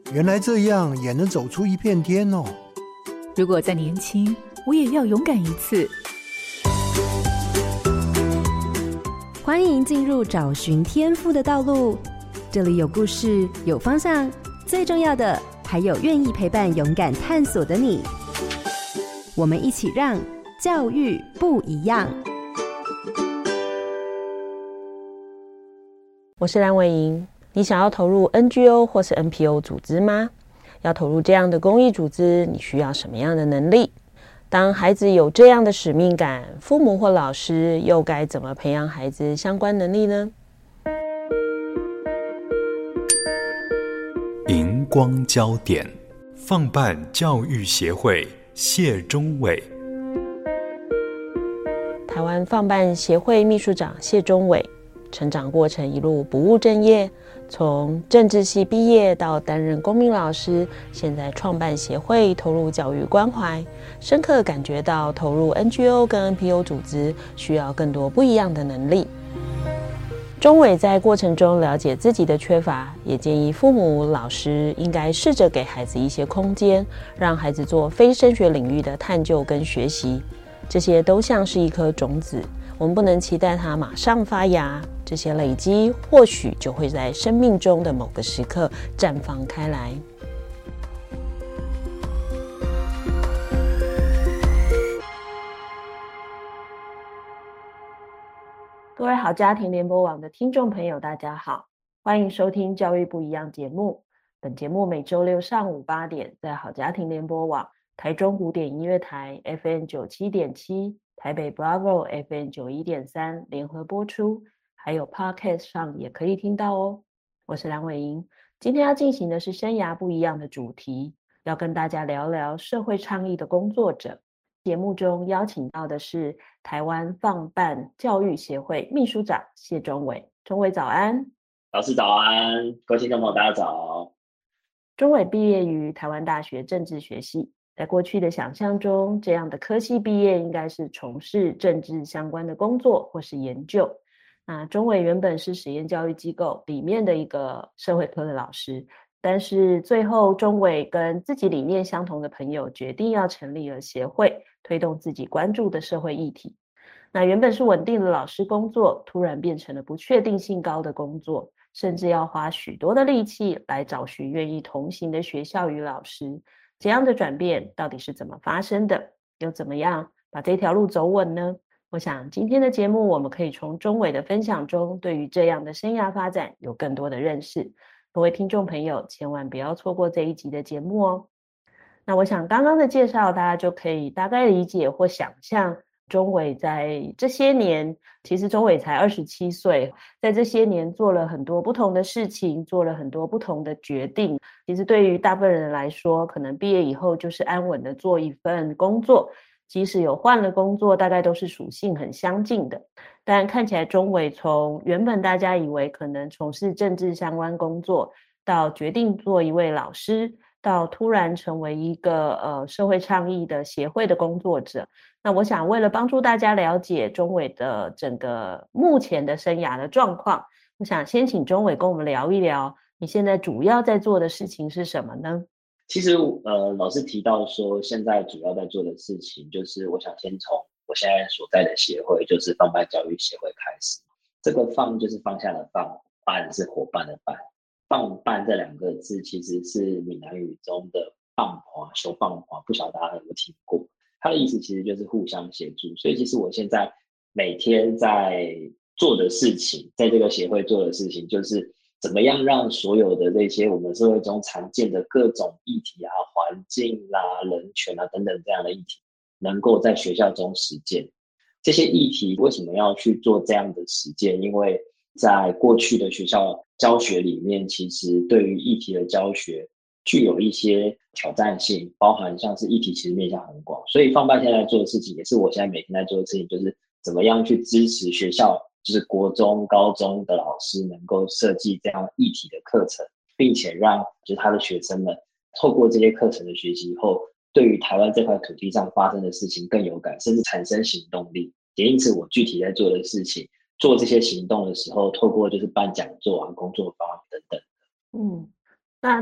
原来这样也能走出一片天哦。 如果再年轻，我也要勇敢一次。 欢迎进入找寻天赋的道路，这里有故事，有方向，最重要的还有愿意陪伴勇敢探索的你。我们一起让教育不一样。 我是蓝伟莹。你想要投入 NGO 或是 NPO 组织吗？要投入这样的公益组织，你需要什么样的能力？当孩子有这样的使命感，父母或老师又该怎么培养孩子相关能力呢？ 荧光焦点，放办教育协会谢中伟。 台湾放办协会秘书长谢中伟，成长过程一路不务正业，从政治系毕业到担任公民老师，现在创办协会，投入教育关怀，深刻感觉到投入 NGO 跟 NPO 组织需要更多不一样的能力。中伟在过程中了解自己的缺乏，也建议父母、老师应该试着给孩子一些空间，让孩子做非升学领域的探究跟学习。这些都像是一颗种子，我们不能期待它马上发芽，这些累积或许就会在生命中的某个时刻绽放开来。各位好家庭联播网的听众朋友大家好，欢迎收听教育不一样节目。本节目每周六上午8点在好家庭联播网、台中古典音乐台 FM97.7、台北 Bravo FM91.3 联合播出，还有 Podcast 上也可以听到哦。我是蓝伟莹，今天要进行的是生涯不一样的主题，要跟大家聊聊社会倡议的工作者。节目中邀请到的是台湾放办教育协会秘书长谢中伟。中伟早安。 老师早安，各位听众朋友大家早。 中伟毕业于台湾大学政治学系，在过去的想象中，这样的科系毕业应该是从事政治相关的工作或是研究。那中伟原本是实验教育机构里面的一个社会科的老师，但是最后中伟跟自己理念相同的朋友决定要成立了协会，推动自己关注的社会议题。那原本是稳定的老师工作，突然变成了不确定性高的工作，甚至要花许多的力气来找寻愿意同行的学校与老师。这样的转变到底是怎么发生的？又怎么样把这条路走稳呢？我想今天的节目我们可以从中伟的分享中，对于这样的生涯发展有更多的认识。各位听众朋友千万不要错过这一集的节目哦。那我想刚刚的介绍大家就可以大概理解或想象，中伟在这些年，其实中伟才27岁，在这些年做了很多不同的事情，做了很多不同的决定。其实对于大部分人来说，可能毕业以后就是安稳的做一份工作，即使有换了工作，大概都是属性很相近的。但看起来中伟从原本大家以为可能从事政治相关工作，到决定做一位老师，到突然成为一个社会倡议的协会的工作者。那我想为了帮助大家了解中伟的整个目前的生涯的状况，我想先请中伟跟我们聊一聊，你现在主要在做的事情是什么呢？ 其实老师提到说现在主要在做的事情，就是我想先从我现在所在的协会，就是放办教育协会开始。这个放就是放下的放，办是伙伴的办。放办这2个字其实是闽南语中的放华修放华，不晓得大家有没有听过。它的意思其实就是互相协助，所以其实我现在每天在做的事情，在这个协会做的事情，就是怎么样让所有的这些我们社会中常见的各种议题啊、环境啦、人权啊等等这样的议题，能够在学校中实践。这些议题为什么要去做这样的实践？因为在过去的学校教学里面，其实对于议题的教学具有一些挑战性，包含像是议题其实面向很广，所以放办现在做的事情，也是我现在每天在做的事情，就是怎么样去支持学校，就是国中、高中的老师能够设计这样议题的课程，并且让就是他的学生们透过这些课程的学习以后，对于台湾这块土地上发生的事情更有感，甚至产生行动力。也因此我具体在做的事情，做这些行动的时候，透过就是办讲座啊、工作坊等等。 那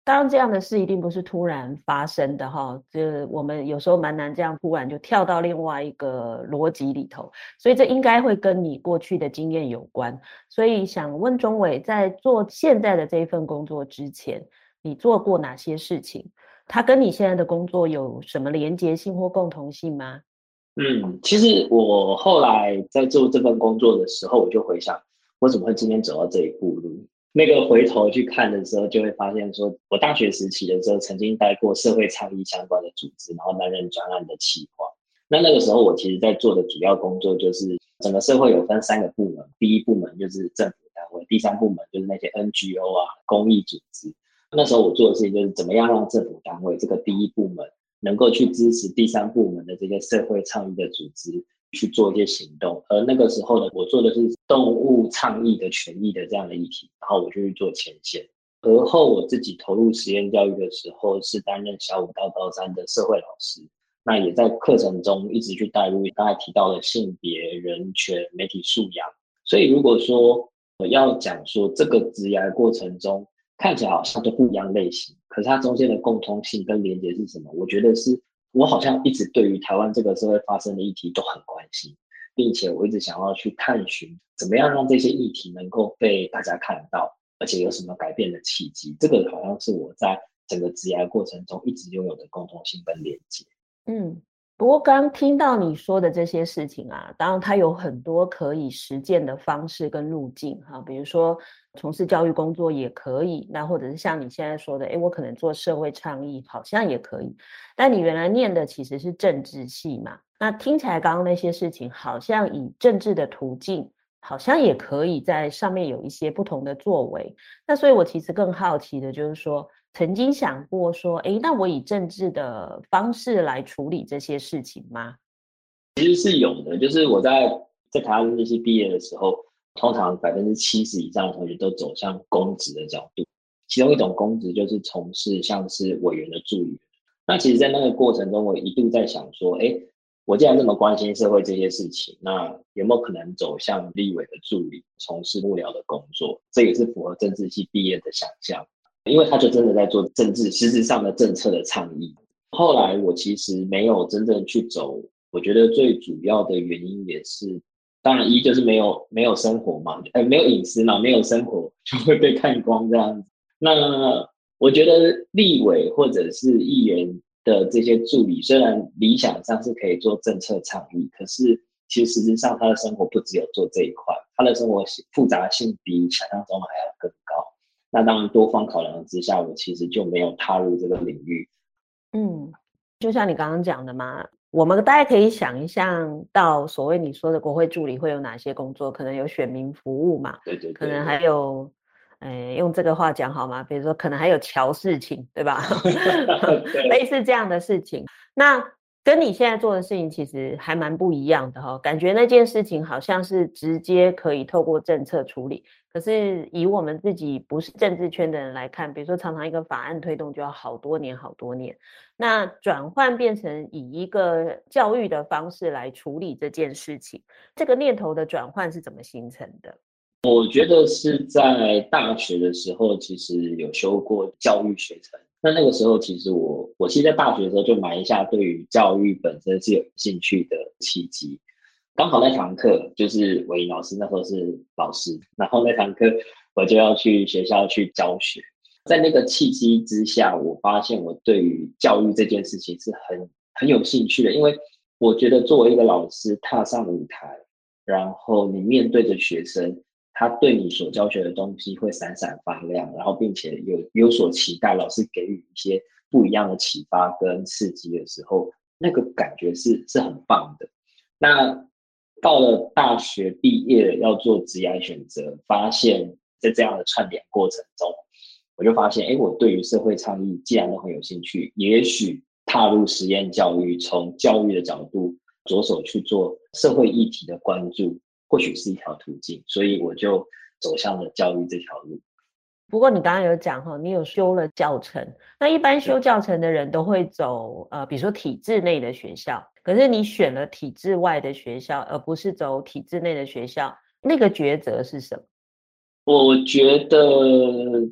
当然这样的事一定不是突然发生的哈，就我们有时候蛮难这样突然就跳到另外一个逻辑里头，所以这应该会跟你过去的经验有关。所以想问钟伟，在做现在的这一份工作之前，你做过哪些事情？它跟你现在的工作有什么连结性或共同性吗？ 其实我后来在做这份工作的时候，我就回想，我怎么会今天走到这一步路？那个回头去看的时候，就会发现说，我大学时期的时候曾经待过社会倡议相关的组织，然后担任专案的企划。那个时候我其实在做的主要工作就是整个社会有分3个部门，第一部门就是政府单位，第3部门就是那些 NGO 啊公益组织。那时候我做的事情就是怎么样让政府单位这个第一部门能够去支持第3部门的这些社会倡议的组织去做一些行动。而那个时候呢，我做的是动物倡议的权益的这样的议题，然后我就去做前线。而后我自己投入实验教育的时候，是担任小5到高3的社会老师，那也在课程中一直去带入刚才提到的性别、人权、媒体素养。所以如果说我要讲说这个职涯过程中看起来好像都不一样类型，可是它中间的共通性跟连结是什么？我觉得是我好像一直对于台湾这个社会发生的议题都很关心，并且我一直想要去探寻怎么样让这些议题能够被大家看到，而且有什么改变的契机。这个好像是我在整个职涯过程中一直拥有的共同性跟连结。 不过刚听到你说的这些事情啊，当然它有很多可以实践的方式跟路径哈，比如说从事教育工作也可以，那或者是像你现在说的，我可能做社会倡议好像也可以，但你原来念的其实是政治系嘛，那听起来刚刚那些事情好像以政治的途径好像也可以在上面有一些不同的作为。那所以我其实更好奇的就是说，曾经想过说，那我以政治的方式来处理这些事情吗？ 其实是有的，就是我在台湾政治系毕业的时候，通常70%以上的同学都走向公职的角度，其中一种公职就是从事像是委员的助理。那其实在那个过程中，我一度在想说，我既然这么关心社会这些事情，那有没有可能走向立委的助理，从事幕僚的工作？这也是符合政治系毕业的想象，因为他就真的在做政治实质上的政策的倡议。后来我其实没有真正去走，我觉得最主要的原因也是，当然就是没有生活嘛，没有隐私嘛，没有生活就会被看光这样子。那我觉得立委或者是议员的这些助理，虽然理想上是可以做政策倡议，可是其实实质上他的生活不只有做这一块，他的生活复杂性比想象中还要更高。那当然多方考量之下，我其实就没有踏入这个领域。 就像你刚刚讲的嘛，我们大概可以想一下到所谓你说的国会助理会有哪些工作，可能有选民服务嘛， 对， 可能还有用这个话讲好吗？比如说可能还有瞧事情，对吧？类似这样的事情，那跟你现在做的事情其实还蛮不一样的哈，感觉那件事情好像是直接可以透过政策处理，可是以我们自己不是政治圈的人来看，比如说常常一个法案推动就要好多年，那转换变成以一个教育的方式来处理这件事情，这个念头的转换是怎么形成的？ 我觉得是在大学的时候，其实有修过教育学程。那个时候，其实我其实在大学的时候就埋下对于教育本身是有兴趣的契机。刚好那堂课就是韦老师那时候是老师，然后那堂课我就要去学校去教学。在那个契机之下，我发现我对于教育这件事情是很有兴趣的，因为我觉得作为一个老师踏上舞台，然后你面对着学生，他对你所教学的东西会闪闪发亮，然后并且有所期待，老师给予一些不一样的启发跟刺激的时候，那个感觉是很棒的。那到了大学毕业要做职业选择，发现在这样的串联过程中，我就发现我对于社会倡议既然都很有兴趣，也许踏入实验教育，从教育的角度着手去做社会议题的关注，或许是一条途径，所以我就走向了教育这条路。 不过你刚刚有讲你有修了教程，那一般修教程的人都会走比如说体制内的学校，可是你选了体制外的学校，而不是走体制内的学校，那个抉择是什么？ 我觉得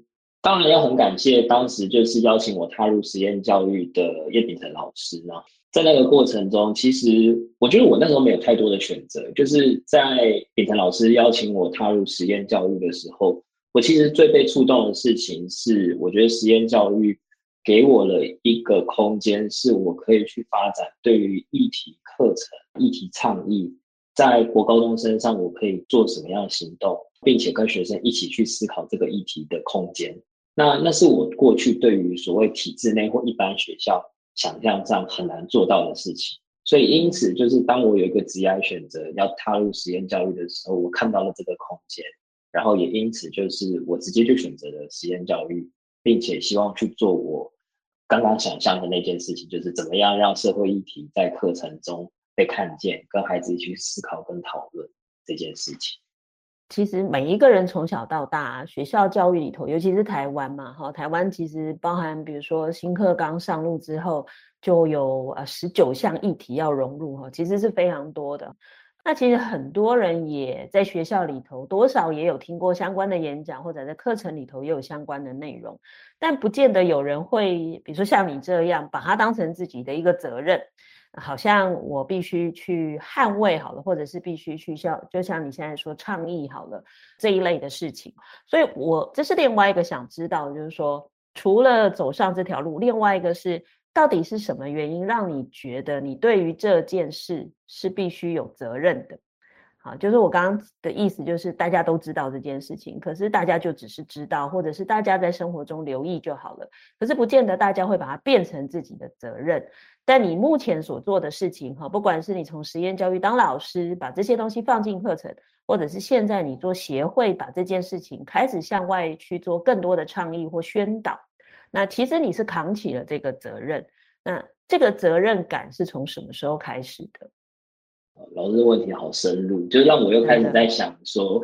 当然要很感谢当时就是邀请我踏入实验教育的叶秉成老师呢。在那个过程中，其实我觉得我那时候没有太多的选择，就是在秉成老师邀请我踏入实验教育的时候，我其实最被触动的事情是，我觉得实验教育给我了一个空间，是我可以去发展对于议题课程、议题倡议，在国高中身上我可以做什么样的行动，并且跟学生一起去思考这个议题的空间。那是我过去对于所谓体制内或一般学校想象上很难做到的事情。所以因此就是当我有一个职业选择要踏入实验教育的时候，我看到了这个空间，然后也因此就是我直接就选择了实验教育，并且希望去做我刚刚想象的那件事情，就是怎么样让社会议题在课程中被看见，跟孩子一起去思考跟讨论这件事情。 其实每一个人从小到大，学校教育里头，尤其是台湾嘛，台湾其实包含比如说新课纲上路之后，就有19项议题要融入，其实是非常多的。那其实很多人也在学校里头多少也有听过相关的演讲，或者在课程里头也有相关的内容，但不见得有人会比如说像你这样把它当成自己的一个责任，好像我必须去捍卫好了，或者是必须去就像你现在说倡议好了这一类的事情。所以这是另外一个想知道，就是说除了走上这条路，另外一个是到底是什么原因让你觉得你对于这件事是必须有责任的？好，就是我刚刚的意思，就是大家都知道这件事情，可是大家就只是知道，或者是大家在生活中留意就好了，可是不见得大家会把它变成自己的责任。但你目前所做的事情，不管是你从实验教育当老师，把这些东西放进课程，或者是现在你做协会，把这件事情开始向外去做更多的倡议或宣导，那其实你是扛起了这个责任。那这个责任感是从什么时候开始的？ 老师的问题好深入，就让我又开始在想说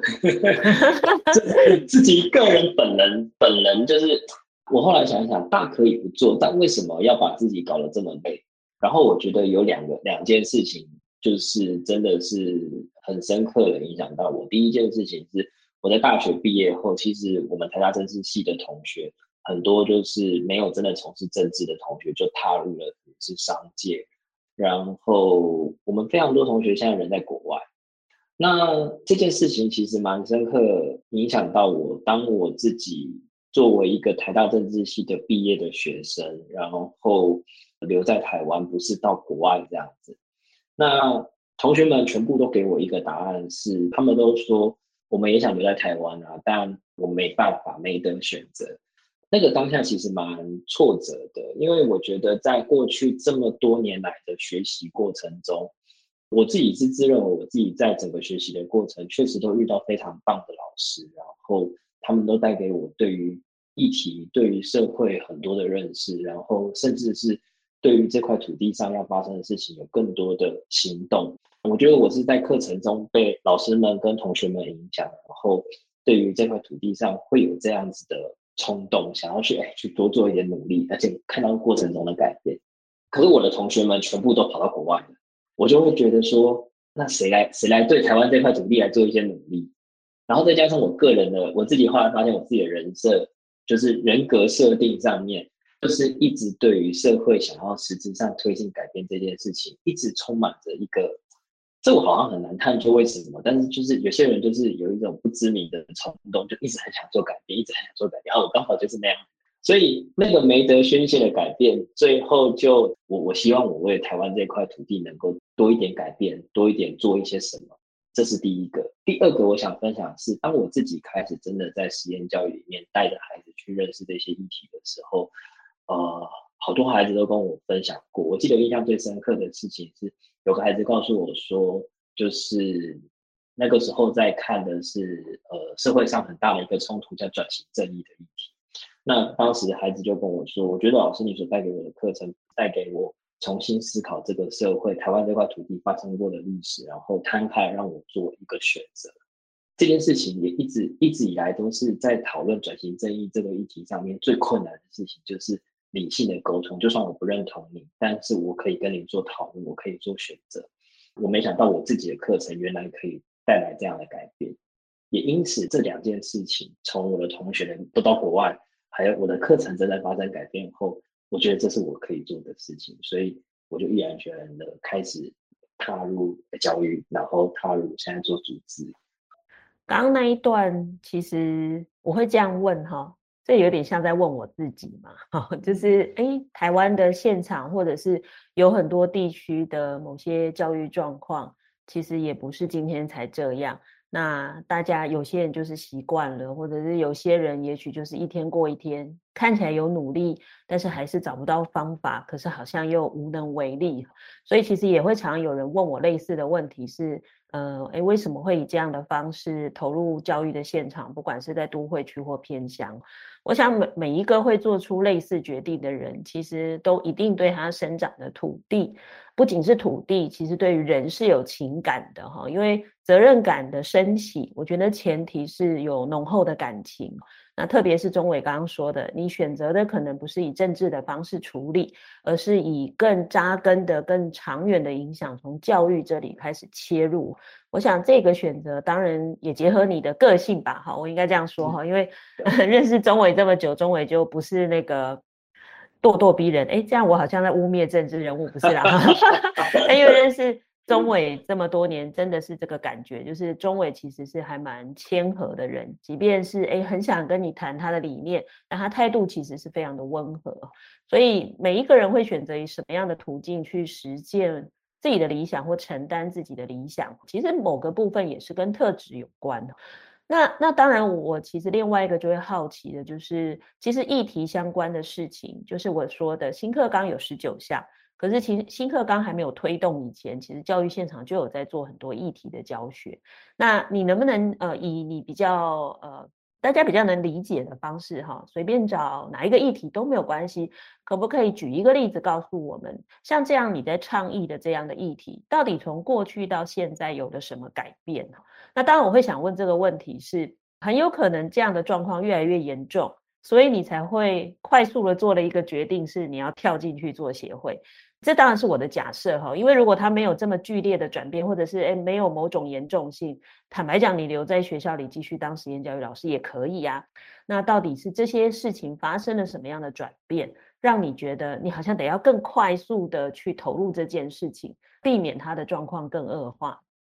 自己个人本人就是我后来想一想，大可以不做，但为什么要把自己搞得这么累？然后我觉得有两件事情，就是真的是很深刻的影响到我。第一件事情是我在大学毕业后，其实我们台大政治系的同学很多就是没有真的从事政治的同学，就踏入了是商界。然后我们非常多同学现在人在国外，那这件事情其实蛮深刻影响到我。当我自己作为一个台大政治系的毕业的学生，然后留在台湾，不是到国外这样子，那同学们全部都给我一个答案，是他们都说我们也想留在台湾啊，但我没办法，没得选择。那个当下其实蛮挫折的，因为我觉得在过去这么多年来的学习过程中，我自己是自认为我自己在整个学习的过程确实都遇到非常棒的老师，然后他们都带给我对于议题、对于社会很多的认识，然后甚至是对于这块土地上要发生的事情有更多的行动。我觉得我是在课程中被老师们跟同学们影响，然后对于这块土地上会有这样子的冲动，想要去多做一点努力，而且看到过程中的改变。可是我的同学们全部都跑到国外了，我就会觉得说，那谁来对台湾这块土地来做一些努力？然后再加上我个人的，我自己后来发现我自己的人设，就是人格设定上面，就是一直对于社会想要实质上推进改变这件事情，一直充满着一个，这我好像很难探究为什么，但是就是有些人就是有一种不知名的冲动，就一直很想做改变，一直很想做改变。我刚好就是那样，所以那个没得宣泄的改变，最后就我希望我为台湾这块土地能够多一点改变，多一点做一些什么，这是第一个。第二个我想分享的是，当我自己开始真的在实验教育里面带着孩子去认识这些议题的时候，好多孩子都跟我分享过。我记得印象最深刻的事情是，有个孩子告诉我说，就是那个时候在看的是社会上很大的一个冲突，叫转型正义的议题。那当时孩子就跟我说，我觉得老师你所带给我的课程，带给我重新思考这个社会，台湾这块土地发生过的历史，然后摊开让我做一个选择。这件事情也一直以来都是在讨论转型正义这个议题上面最困难的事情，就是理性的沟通。就算我不认同你，但是我可以跟你做讨论，我可以做选择。我没想到我自己的课程原来可以带来这样的改变，也因此这两件事情，从我的同学都到国外， 还有我的课程正在发生改变后，我觉得这是我可以做的事情，所以我就毅然决然的开始踏入教育，然后踏入现在做组织。 刚刚那一段其实我会这样问哈，这有点像在问我自己嘛，就是台湾的现场或者是有很多地区的某些教育状况，其实也不是今天才这样。那大家有些人就是习惯了，或者是有些人也许就是一天过一天，看起来有努力，但是还是找不到方法，可是好像又无能为力。所以其实也会常有人问我类似的问题是，为什么会以这样的方式投入教育的现场，不管是在都会区或偏乡？我想每一个会做出类似决定的人，其实都一定对他生长的土地，不仅是土地，其实对于人是有情感的哈。因为责任感的升起，我觉得前提是有浓厚的感情。那特别是钟伟刚刚说的，你选择的可能不是以政治的方式处理，而是以更扎根的、更长远的影响，从教育这里开始切入。我想这个选择当然也结合你的个性吧，我应该这样说哈，因为认识钟伟这么久，钟伟就不是那个咄咄逼人，这样我好像在污蔑政治人物，不是啦。因为认识钟伟这么多年，真的是这个感觉，就是钟伟其实是还蛮谦和的人，即便是很想跟你谈他的理念，但他态度其实是非常的温和。所以每一个人会选择以什么样的途径去实践自己的理想或承担自己的理想，其实某个部分也是跟特质有关的。那当然我其实另外一个就会好奇的就是其实议题相关的事情，就是我说的新课纲有19项，可是其实新课纲还没有推动以前，其实教育现场就有在做很多议题的教学。那你能不能以你比较大家比较能理解的方式随便找哪一个议题都没有关系，可不可以举一个例子告诉我们，像这样你在倡议的这样的议题，到底从过去到现在有了什么改变？那当然我会想问这个问题是，很有可能这样的状况越来越严重，所以你才会快速的做了一个决定，是你要跳进去做协会。这当然是我的假设因为如果它没有这么剧烈的转变，或者是没有某种严重性，坦白讲你留在学校里继续当实验教育老师也可以啊。那到底是这些事情发生了什么样的转变，让你觉得你好像得要更快速的去投入这件事情，避免它的状况更恶化？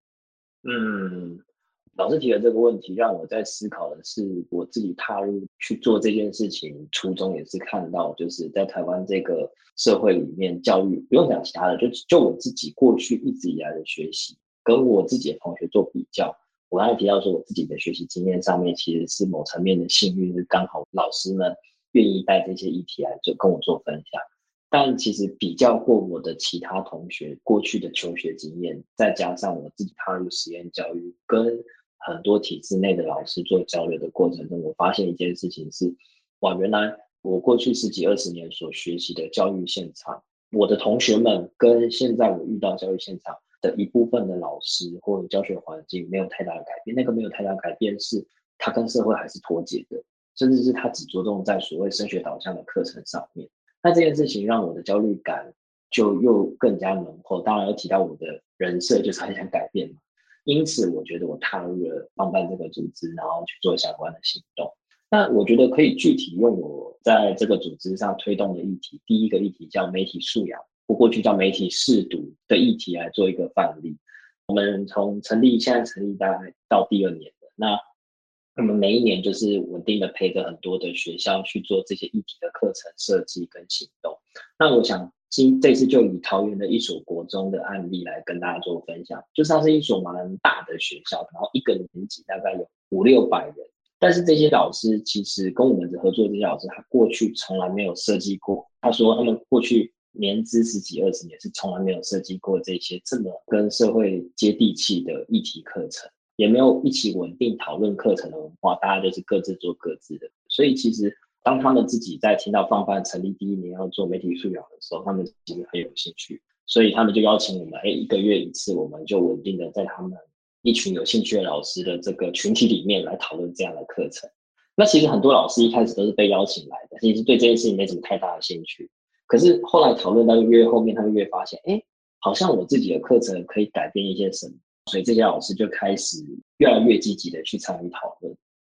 老师提的这个问题让我在思考的是，我自己踏入去做这件事情初衷也是看到，就是在台湾这个社会里面，教育不用讲其他的，就我自己过去一直以来的学习，跟我自己的同学做比较，我刚才提到说我自己的学习经验上面其实是某层面的幸运，是刚好老师们愿意带这些议题来跟我做分享。但其实比较过我的其他同学过去的求学经验，再加上我自己踏入实验教育，跟很多体制内的老师做交流的过程中，我发现一件事情是，哇，原来我过去10几20年所学习的教育现场，我的同学们跟现在我遇到教育现场的一部分的老师或者教学环境没有太大的改变。那个没有太大的改变是他跟社会还是脱节的，甚至是他只着重在所谓升学导向的课程上面。那这件事情让我的焦虑感就又更加浓厚，当然要提到我的人设就是很想改变嘛，因此我觉得我踏入了创办这个组织，然后去做相关的行动。那我觉得可以具体用我在这个组织上推动的议题，第一个议题叫媒体素养，或过去叫媒体识读的议题来做一个范例。我们从现在成立大概到第2年了，那我们每一年就是稳定的陪着很多的学校去做这些议题的课程设计跟行动。那我想这次就以桃园的一所国中的案例来跟大家做分享，就是它是一所蛮大的学校，然后一个年级大概有500-600人，但是这些老师其实跟我们合作的这些老师，他过去从来没有设计过，他说他们过去年资10几20年是从来没有设计过这些这么跟社会接地气的议题课程，也没有一起稳定讨论课程的文化，大家就是各自做各自的。所以其实当他们自己在听到放办成立第1年要做媒体素养的时候，他们其实很有兴趣，所以他们就邀请我们1个月1次，我们就稳定的在他们一群有兴趣的老师的这个群体里面来讨论这样的课程。那其实很多老师一开始都是被邀请来的，其实对这件事情没什么太大的兴趣，可是后来讨论到越后面，他们越发现好像我自己的课程可以改变一些什么，所以这些老师就开始越来越积极的去参与讨论。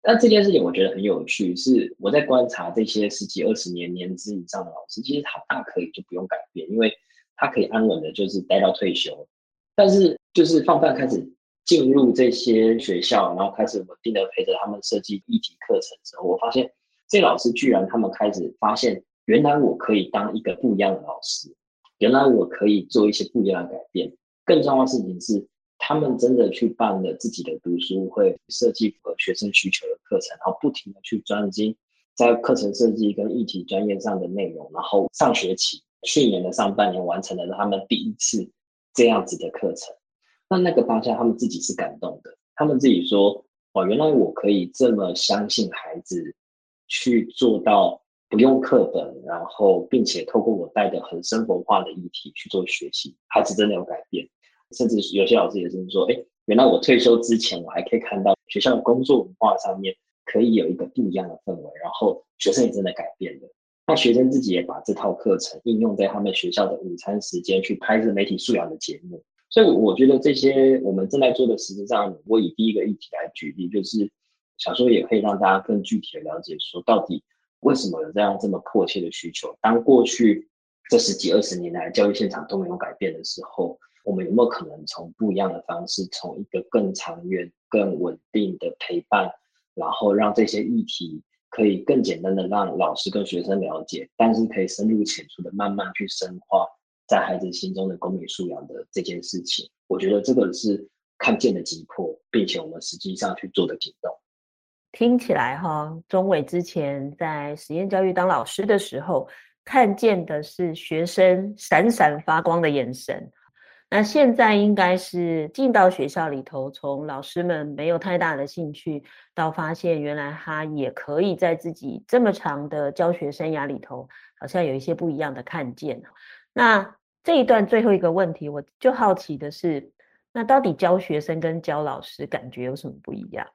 那这件事情我觉得很有趣，是我在观察这些10几20年年资以上的老师，其实他大可以就不用改变，因为他可以安稳的就是待到退休。但是就是放范开始进入这些学校，然后开始稳定的陪着他们设计议题课程之后，我发现这些老师居然他们开始发现，原来我可以当一个不一样的老师，原来我可以做一些不一样的改变。更重要的事情是，他们真的去办了自己的读书会，设计符合学生需求的课程，然后不停的去专精在课程设计跟议题专业上的内容，然后上学期去年的上半年完成了他们第一次这样子的课程。那个当下他们自己是感动的，他们自己说，原来我可以这么相信孩子，去做到不用课本，然后并且透过我带的很生活化的议题去做学习，孩子真的有改变。甚至有些老师也是说，原来我退休之前我还可以看到学校的工作文化上面可以有一个不一样的氛围，然后学生也真的改变了。那学生自己也把这套课程应用在他们学校的午餐时间，去拍摄媒体素养的节目。所以我觉得这些我们正在做的，实质上我以第一个议题来举例，就是想说也可以让大家更具体的了解说，到底为什么有这么迫切的需求。当过去这10几20年来教育现场都没有改变的时候，我们有没有可能从不一样的方式，从一个更长远更稳定的陪伴，然后让这些议题可以更简单的让老师跟学生了解，但是可以深入浅出的慢慢去深化在孩子心中的公民素养的这件事情。我觉得这个是看见的急迫，并且我们实际上去做的行动。 听起来钟伟之前在实验教育当老师的时候，看见的是学生闪闪发光的眼神。那现在应该是进到学校里头，从老师们没有太大的兴趣，到发现原来他也可以在自己这么长的教学生涯里头，好像有一些不一样的看见。那这一段最后一个问题，我就好奇的是，那到底教学生跟教老师感觉有什么不一样？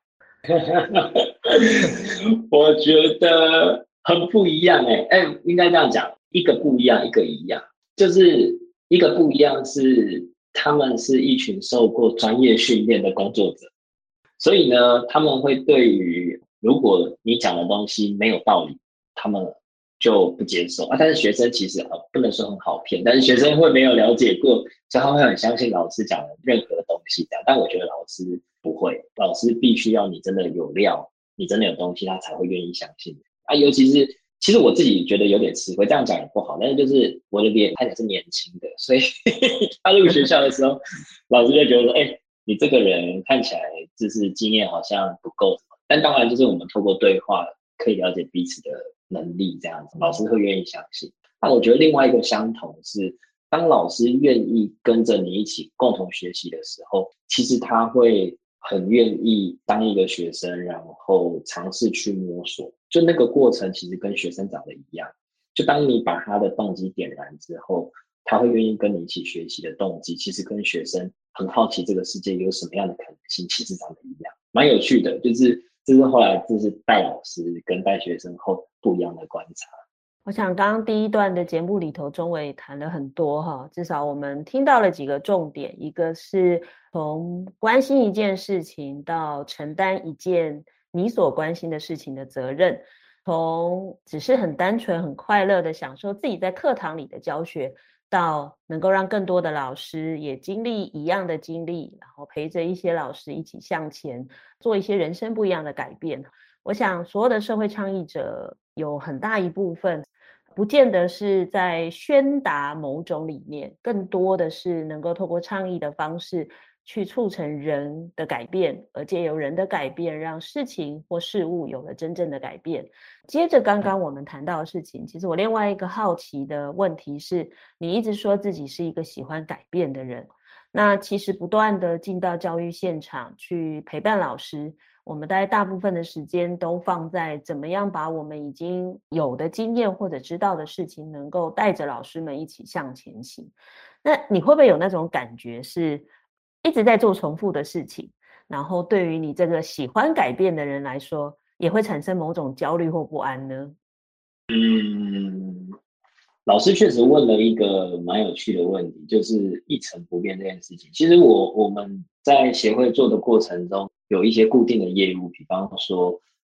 我觉得很不一样应该这样讲，一个不一样，一个一样。就是一个不一样是他们是一群受过专业训练的工作者，所以呢，他们会对于如果你讲的东西没有道理，他们就不接受但是学生其实不能说很好骗，但是学生会没有了解过，所以他会很相信老师讲的任何东西这样。但我觉得老师不会，老师必须要你真的有料，你真的有东西，他才会愿意相信尤其是其实我自己觉得有点吃亏，这样讲也不好，但是就是我的脸看起来是年轻的，所以他入学校的时候，老师就觉得说，你这个人看起来就是经验好像不够什么。但当然就是我们透过对话可以了解彼此的能力，这样子老师会愿意相信。那我觉得另外一个相同是，当老师愿意跟着你一起共同学习的时候，其实他会很愿意当一个学生，然后尝试去摸索。就那个过程其实跟学生长得一样，就当你把他的动机点燃之后，他会愿意跟你一起学习的动机，其实跟学生很好奇这个世界有什么样的可能性，其实长得一样，蛮有趣的。这是后来就是带老师跟带学生后不一样的观察。 我想刚刚第一段的节目里头，钟伟谈了很多至少我们听到了几个重点，一个是从关心一件事情到承担一件你所关心的事情的责任，从只是很单纯很快乐的享受自己在课堂里的教学，到能够让更多的老师也经历一样的经历，然后陪着一些老师一起向前做一些人生不一样的改变。我想所有的社会倡议者有很大一部分不见得是在宣达某种理念，更多的是能够透过倡议的方式去促成人的改变，而借由人的改变让事情或事物有了真正的改变。接着刚刚我们谈到的事情，其实我另外一个好奇的问题是，你一直说自己是一个喜欢改变的人，那其实不断的进到教育现场去陪伴老师，我们大部分的时间都放在怎么样把我们已经有的经验或者知道的事情能够带着老师们一起向前行。那你会不会有那种感觉是一直在做重复的事情，然后对于你这个喜欢改变的人来说也会产生某种焦虑或不安呢？ 老师确实问了一个蛮有趣的问题，就是一成不变这件事情。其实我们在协会做的过程中有一些固定的业务，比方说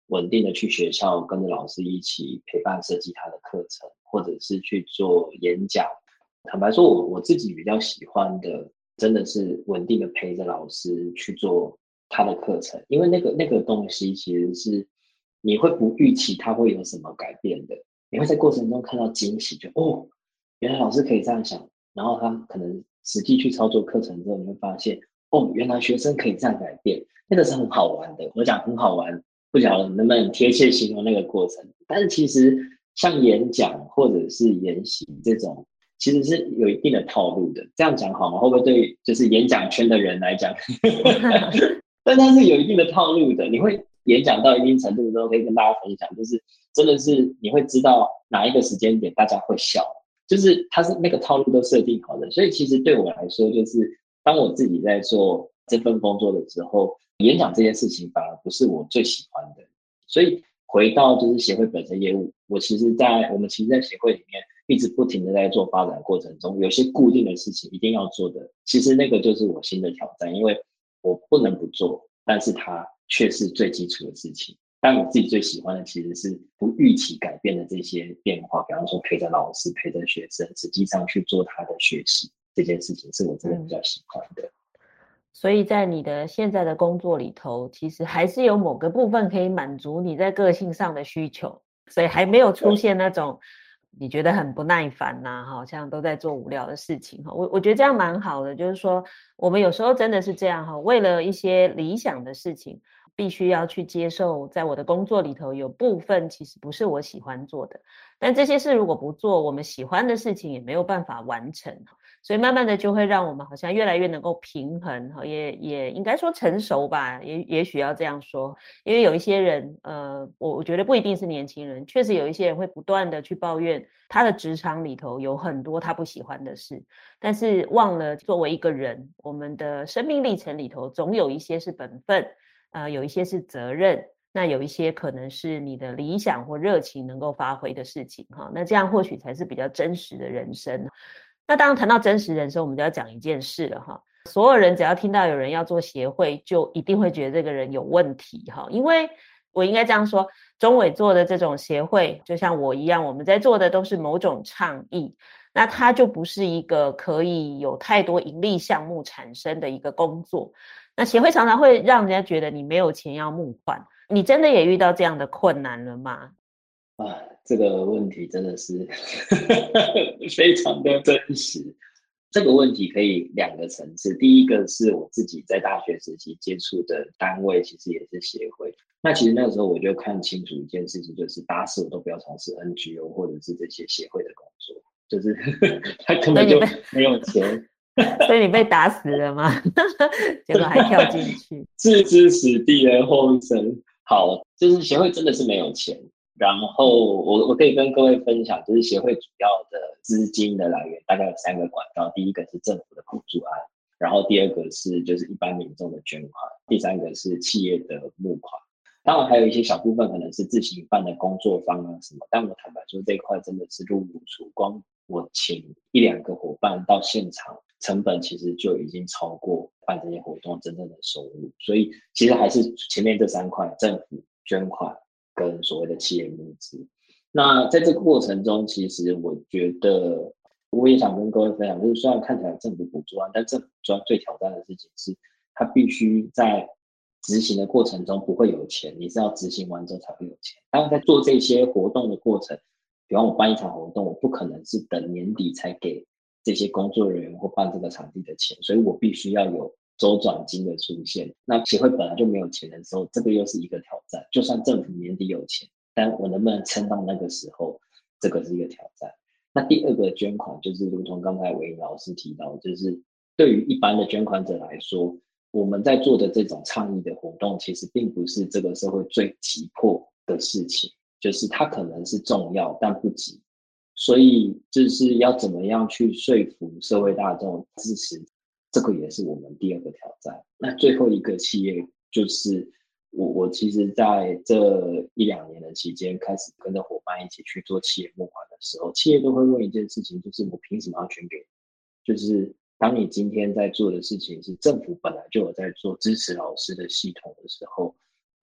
稳定的去学校跟着老师一起陪伴设计他的课程，或者是去做演讲。坦白说我自己比较喜欢的真的是稳定的陪着老师去做他的课程，因为那个东西其实是你会不预期它会有什么改变的，你会在过程中看到惊喜，就原来老师可以这样想，然后他可能实际去操作课程之后，你会发现原来学生可以这样改变，那个是很好玩的。我讲很好玩，不晓得能不能贴切形容那个过程。但是其实像演讲或者是研习这种，其实是有一定的套路的。这样讲好吗？会不会对就是演讲圈的人来讲？但它是有一定的套路的。你会演讲到一定程度之后，可以跟大家分享，就是真的是你会知道哪一个时间点大家会笑，就是它是那个套路都设定好的。所以其实对我来说，就是当我自己在做这份工作的时候，演讲这件事情反而不是我最喜欢的。所以回到就是协会本身业务，我们其实在协会里面一直不停的在做发展过程中，有些固定的事情一定要做的，其实那个就是我新的挑战，因为我不能不做，但是它却是最基础的事情。但我自己最喜欢的其实是不预期改变的这些变化，比方说陪着老师陪着学生实际上去做他的学习，这件事情是我真的比较喜欢的。 所以在你的现在的工作里头，其实还是有某个部分可以满足你在个性上的需求，所以还没有出现那种你觉得很不耐烦啊，好像都在做无聊的事情。我觉得这样蛮好的，就是说我们有时候真的是这样，为了一些理想的事情必须要去接受，在我的工作里头有部分其实不是我喜欢做的，但这些事如果不做，我们喜欢的事情也没有办法完成，所以慢慢的就会让我们好像越来越能够平衡，也应该说成熟吧，也许要这样说。因为有一些人我觉得不一定是年轻人，确实有一些人会不断的去抱怨他的职场里头有很多他不喜欢的事，但是忘了作为一个人，我们的生命历程里头总有一些是本分，有一些是责任，那有一些可能是你的理想或热情能够发挥的事情，那这样或许才是比较真实的人生。那当然谈到真实人生，我们就要讲一件事了哈。所有人只要听到有人要做协会，就一定会觉得这个人有问题哈。因为我应该这样说，中委做的这种协会，就像我一样，我们在做的都是某种倡议，那它就不是一个可以有太多盈利项目产生的一个工作。那协会常常会让人家觉得你没有钱要募款，你真的也遇到这样的困难了吗？ 这个问题真的是非常的真实。这个问题可以两个层次，第一个是我自己在大学时期接触的单位其实也是协会，那其实那个时候我就看清楚一件事情，就是打死我都不要从事 NGO 或者是这些协会的工作，就是他根本就没有钱。 所以你被打死了吗？结果还跳进去， 置之死地而后生。好，就是协会真的是没有钱，然后我可以跟各位分享，就是协会主要的资金的来源大概有3个管道，第一个是政府的补助案，然后第二个是就是一般民众的捐款，第三个是企业的募款。当然还有一些小部分可能是自行办的工作坊啊什么，但我坦白说这一块真的是入不出，光我请1-2个伙伴到现场，成本其实就已经超过办这些活动真正的收入，所以其实还是前面这3块，政府捐款跟所谓的企业募资。那在这个过程中，其实我觉得我也想跟各位分享，就是虽然看起来政府补助案，但政府最挑战的事情是它必须在执行的过程中不会有钱，你是要执行完之后才会有钱。当然在做这些活动的过程，比方我办一场活动，我不可能是等年底才给这些工作人员或办这个场地的钱，所以我必须要有周转金的出现。那协会本来就没有钱的时候，这个又是一个挑战。就算政府年底有钱，但我能不能撑到那个时候，这个是一个挑战。那第二个捐款就是如同刚才韦莹老师提到，就是对于一般的捐款者来说，我们在做的这种倡议的活动，其实并不是这个社会最急迫的事情，就是它可能是重要但不急，所以就是要怎么样去说服社会大众支持，这个也是我们第二个挑战。那最后一个企业就是我其实在这1-2年的期间，开始跟着伙伴一起去做企业募款的时候，企业都会问一件事情，就是我凭什么要捐给你？就是当你今天在做的事情是政府本来就有在做支持老师的系统的时候，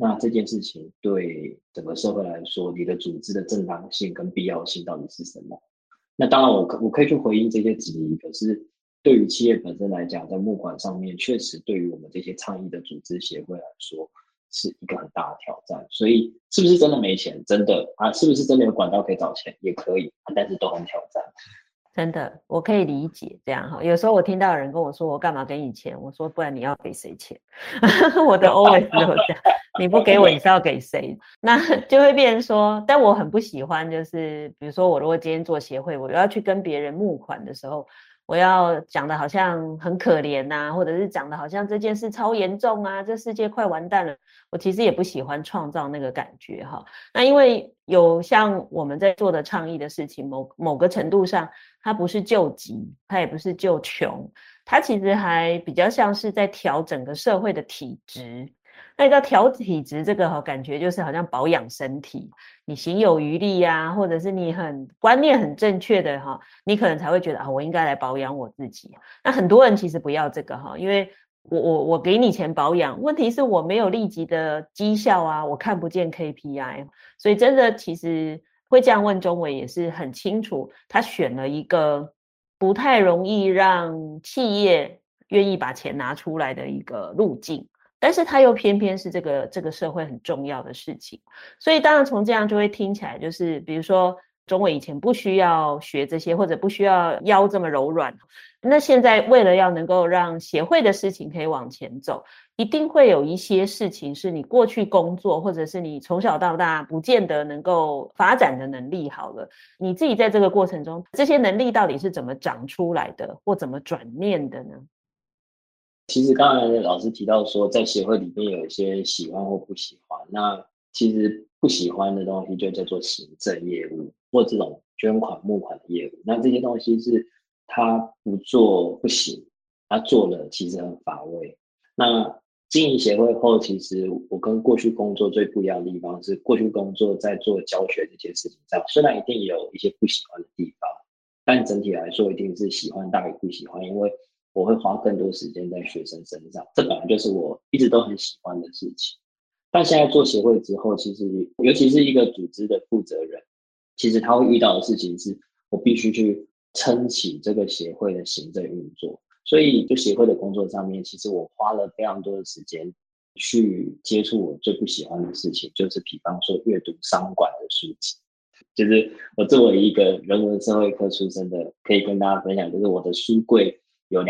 那这件事情对整个社会来说，你的组织的正当性跟必要性到底是什么？那当然我可以去回应这些质疑，可是对于企业本身来讲，在募款上面，确实对于我们这些倡议的组织协会来说，是一个很大的挑战。所以是不是真的没钱？真的啊，是不是真的有管道可以找钱？也可以，但是都很挑战。 真的，我可以理解这样哈。有时候我听到有人跟我说：“我干嘛给你钱？”我说：“不然你要给谁钱？”我的 always 都这样，你不给我，你是要给谁？那就会变成说，但我很不喜欢，就是比如说我如果今天做协会，我要去跟别人募款的时候，我要讲的好像很可怜啊，或者是讲的好像这件事超严重啊，这世界快完蛋了。我其实也不喜欢创造那个感觉哈。那因为有像我们在做的倡议的事情，某个程度上，它不是救急，它也不是救穷，它其实还比较像是在调整个社会的体质。那叫调体质，这个感觉就是好像保养身体，你行有余力啊，或者是你观念很正确的你可能才会觉得我应该来保养我自己。那很多人其实不要这个因为我给你钱保养，问题是我没有立即的绩效啊，我看不见 KPI， 所以真的其实会这样问中伟也是很清楚，他选了一个不太容易让企业愿意把钱拿出来的一个路径。但是它又偏偏是这个社会很重要的事情，所以当然从这样就会听起来就是比如说中伟以前不需要学这些，或者不需要腰这么柔软，那现在为了要能够让协会的事情可以往前走，一定会有一些事情是你过去工作或者是你从小到大不见得能够发展的能力好了，你自己在这个过程中这些能力到底是怎么长出来的，或怎么转念的呢？ 其实刚才老师提到说，在协会里面有一些喜欢或不喜欢。那其实不喜欢的东西就叫做行政业务或这种捐款募款的业务。那这些东西是他不做不行，他做了其实很乏味。那经营协会后，其实我跟过去工作最不一样的地方是，过去工作在做教学这些事情上，虽然一定有一些不喜欢的地方，但整体来说一定是喜欢大于不喜欢，因为我会花更多时间在学生身上，这本来就是我一直都很喜欢的事情。但现在做协会之后，其实尤其是一个组织的负责人，其实他会遇到的事情是，我必须去撑起这个协会的行政运作。所以就协会的工作上面，其实我花了非常多的时间去接触我最不喜欢的事情，就是比方说阅读商管的书籍。就是我作为一个人文社会科出身的，可以跟大家分享，就是我的书柜有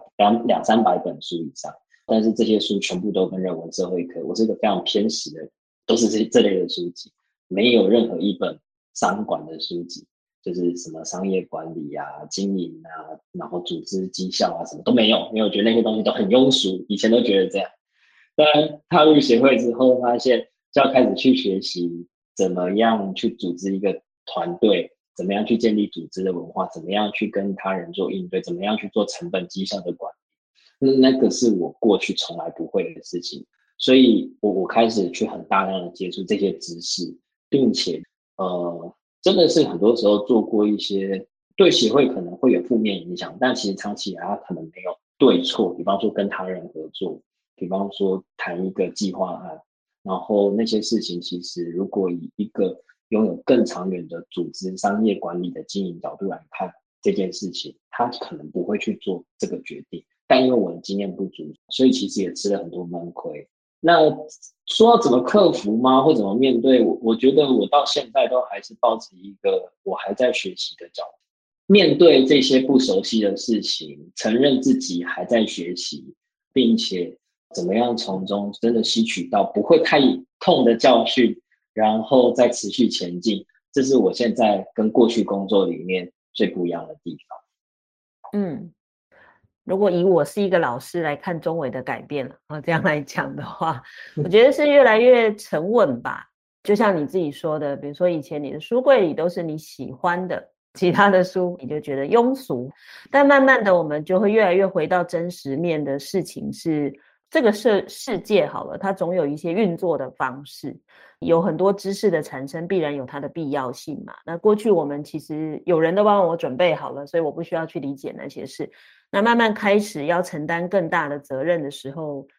200-300本书以上，但是这些书全部都跟人文社会科，我是一个非常偏食的人，都是这类的书籍，没有任何一本商管的书籍，就是什么商业管理啊、经营啊，然后组织绩效啊，什么都没有，因为我觉得那些东西都很庸俗，以前都觉得这样。当然踏入协会之后，发现就要开始去学习怎么样去组织一个团队，怎么样去建立组织的文化，怎么样去跟他人做应对，怎么样去做成本绩效的管理，那个是我过去从来不会的事情。所以我开始去很大量的接触这些知识，并且真的是很多时候做过一些对协会可能会有负面影响，但其实长期以来它可能没有对错，比方说跟他人合作，比方说谈一个计划案，然后那些事情其实如果以一个拥有更长远的组织商业管理的经营角度来看这件事情，他可能不会去做这个决定，但因为我的经验不足，所以其实也吃了很多闷亏。那说要怎么克服吗，或怎么面对，我觉得我到现在都还是抱持一个我还在学习的角度，面对这些不熟悉的事情，承认自己还在学习，并且怎么样从中真的吸取到不会太痛的教训，然后再持续前进，这是我现在跟过去工作里面最不一样的地方。 如果以我是一个老师来看中伟的改变这样来讲的话，我觉得是越来越沉稳吧。就像你自己说的，比如说以前你的书柜里都是你喜欢的，其他的书你就觉得庸俗，但慢慢的我们就会越来越回到真实面的事情，是这个世界好了，它总有一些运作的方式，有很多知识的产生必然有它的必要性嘛。那过去我们其实有人都帮我准备好了，所以我不需要去理解那些事。那慢慢开始要承担更大的责任的时候，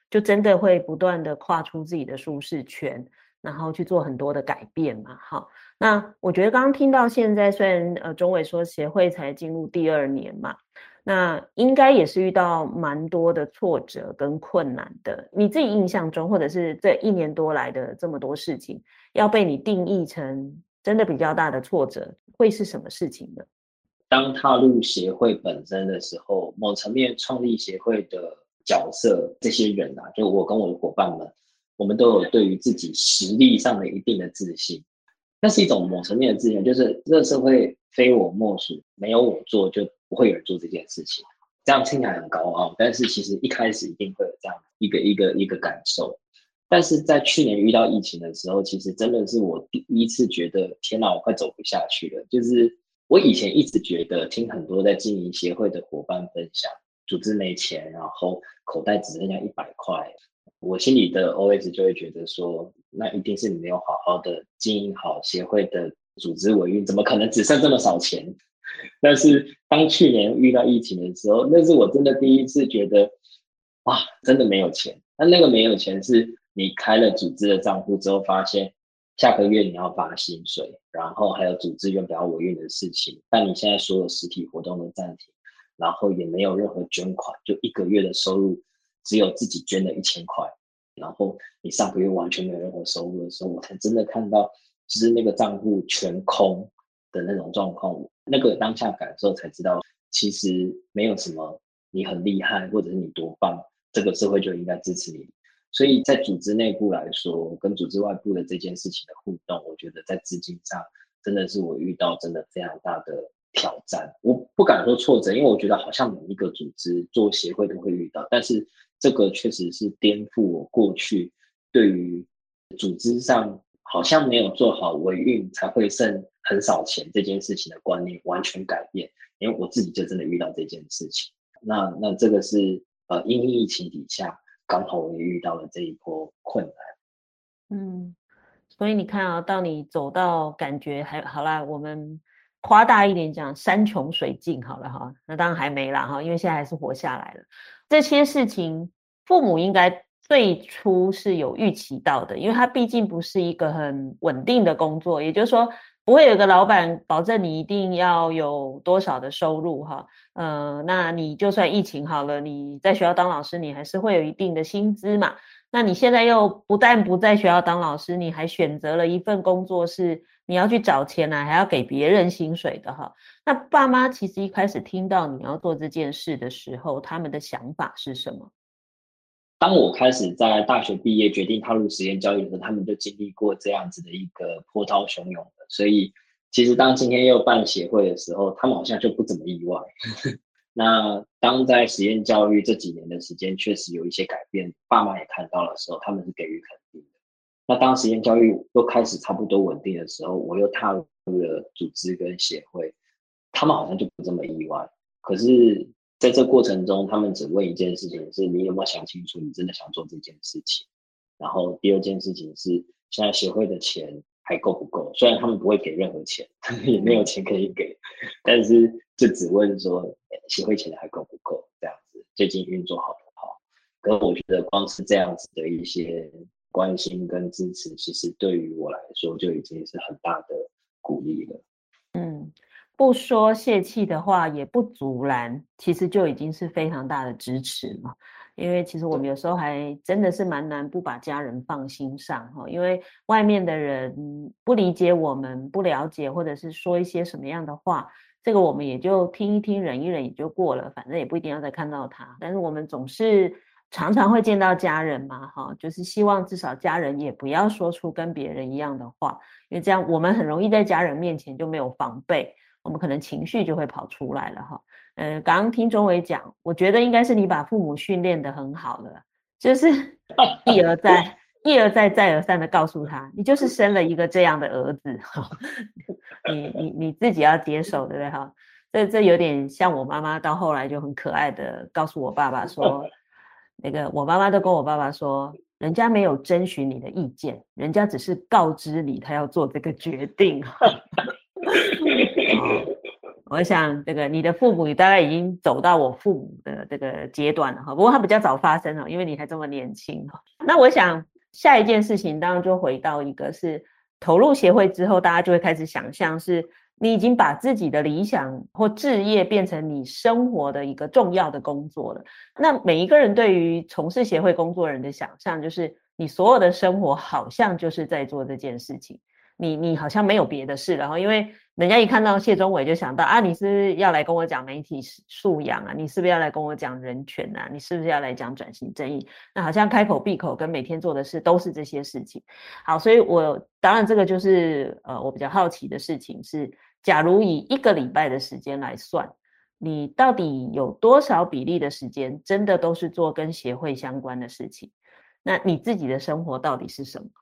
就真的会不断的跨出自己的舒适圈，然后去做很多的改变嘛。好，那我觉得刚刚听到现在，虽然钟伟说协会才进入第2年嘛，那应该也是遇到蛮多的挫折跟困难的。你自己印象中，或者是这1年多来的这么多事情，要被你定义成真的比较大的挫折，会是什么事情呢？ 当踏入协会本身的时候，某层面创立协会的角色，这些人啊，就我跟我的伙伴们，我们都有对于自己实力上的一定的自信。那是一种某层面的自信，就是这个社会非我莫属，没有我做就不会有人做这件事情。这样听起来很高傲，但是其实一开始一定会有这样一个感受。但是在去年遇到疫情的时候，其实真的是我第一次觉得，天哪，我快走不下去了。就是我以前一直觉得，听很多在经营协会的伙伴分享，组织没钱，然后口袋只剩下100块，我心里的 OS 就会觉得说，那一定是你没有好好的经营好协会的组织维运，怎么可能只剩这么少钱？但是当去年遇到疫情的时候，那是我真的第一次觉得，哇，真的没有钱。那个没有钱是你开了组织的账户之后，发现下个月你要发薪水，然后还有组织原表维运的事情，但你现在所有实体活动都暂停，然后也没有任何捐款，就1个月的收入只有自己捐了1000块，然后你上个月完全没有任何收入的时候，我才真的看到就是那个账户全空的那种状况。那个当下感受才知道，其实没有什么你很厉害或者是你多棒，这个社会就应该支持你。所以在组织内部来说，跟组织外部的这件事情的互动，我觉得在资金上真的是我遇到真的非常大的挑战。我不敢说挫折，因为我觉得好像每一个组织做协会都会遇到，但是这个确实是颠覆我过去对于组织上好像没有做好维运才会剩很少钱这件事情的观念完全改变，因为我自己就真的遇到这件事情。那这个是因疫情底下刚好我也遇到了这一波困难。 所以你看啊，到你走到感觉还好啦，我们夸大一点讲，山穷水尽好了哈，那当然还没啦哈，因为现在还是活下来了。这些事情父母应该最初是有预期到的，因为它毕竟不是一个很稳定的工作，也就是说不会有一个老板保证你一定要有多少的收入哈。那你就算疫情好了，你在学校当老师，你还是会有一定的薪资嘛。那你现在又不但不在学校当老师，你还选择了一份工作是你要去找钱啊，还要给别人薪水的哈。那爸妈其实一开始听到你要做这件事的时候，他们的想法是什么？ 当我开始在大学毕业决定踏入实验教育的时候，他们就经历过这样子的一个波涛汹涌的，所以其实当今天又办协会的时候，他们好像就不怎么意外。那当在实验教育这几年的时间确实有一些改变，爸妈也看到的时候，他们是给予肯定的。那当实验教育又开始差不多稳定的时候，我又踏入了组织跟协会，他们好像就不这么意外。可是在这过程中，他们只问一件事情是，你有没有想清楚你真的想做这件事情。然后第二件事情是，现在协会的钱还够不够？虽然他们不会给任何钱，也没有钱可以给，但是就只问说协会钱还够不够，这样子最近运作好不好。可是我觉得光是这样子的一些关心跟支持，其实对于我来说就已经是很大的鼓励了。 不说泄气的话，也不阻拦，其实就已经是非常大的支持嘛。因为其实我们有时候还真的是蛮难不把家人放心上哈，因为外面的人不理解我们，不了解，或者是说一些什么样的话，这个我们也就听一听，忍一忍也就过了，反正也不一定要再看到他。但是我们总是常常会见到家人嘛哈，就是希望至少家人也不要说出跟别人一样的话，因为这样我们很容易在家人面前就没有防备，我们可能情绪就会跑出来了哈。刚刚听钟伟讲，我觉得应该是你把父母训练得很好了，就是一而再再而三的告诉他，你就是生了一个这样的儿子，你自己要接受，对不对哈？这有点像我妈妈到后来就很可爱的告诉我爸爸说，那个我妈妈都跟我爸爸说，人家没有征询你的意见，人家只是告知你他要做这个决定。 我想这个你的父母大概已经走到我父母的这个阶段了哈，不过他比较早发生，因为你还这么年轻。那我想下一件事情当然就回到一个是投入协会之后，大家就会开始想象是你已经把自己的理想或志业变成你生活的一个重要的工作了。那每一个人对于从事协会工作人的想象，就是你所有的生活好像就是在做这件事情，你好像没有别的事了。然后因为人家一看到谢宗纬就想到啊，你是不是要来跟我讲媒体素养啊？你是不是要来跟我讲人权啊？你是不是要来讲转型正义？那好像开口闭口跟每天做的事都是这些事情。好，所以我当然这个就是我比较好奇的事情是，假如以1个礼拜的时间来算，你到底有多少比例的时间真的都是做跟协会相关的事情？那你自己的生活到底是什么？